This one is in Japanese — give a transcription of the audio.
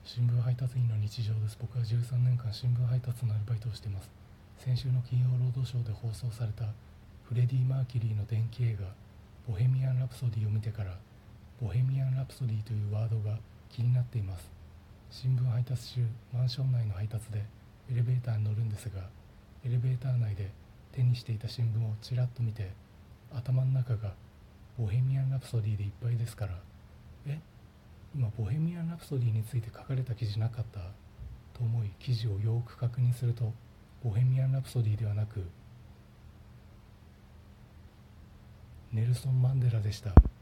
新聞配達員の日常です。僕は13年間新聞配達のアルバイトをしています。先週の金曜ロードショーで放送されたフレディ・マーキュリーの伝記映画ボヘミアン・ラプソディを見てからボヘミアン・ラプソディというワードが気になっています。新聞配達中、マンション内の配達でエレベーターに乗るんですが、エレベーター内で手にしていた新聞をちらっと見て、頭の中がボヘミアン・ラプソディでいっぱいですから、今ボヘミアン・ラプソディについて書かれた記事なかったと思い、記事をよく確認すると、ボヘミアン・ラプソディではなくネルソン・マンデラでした。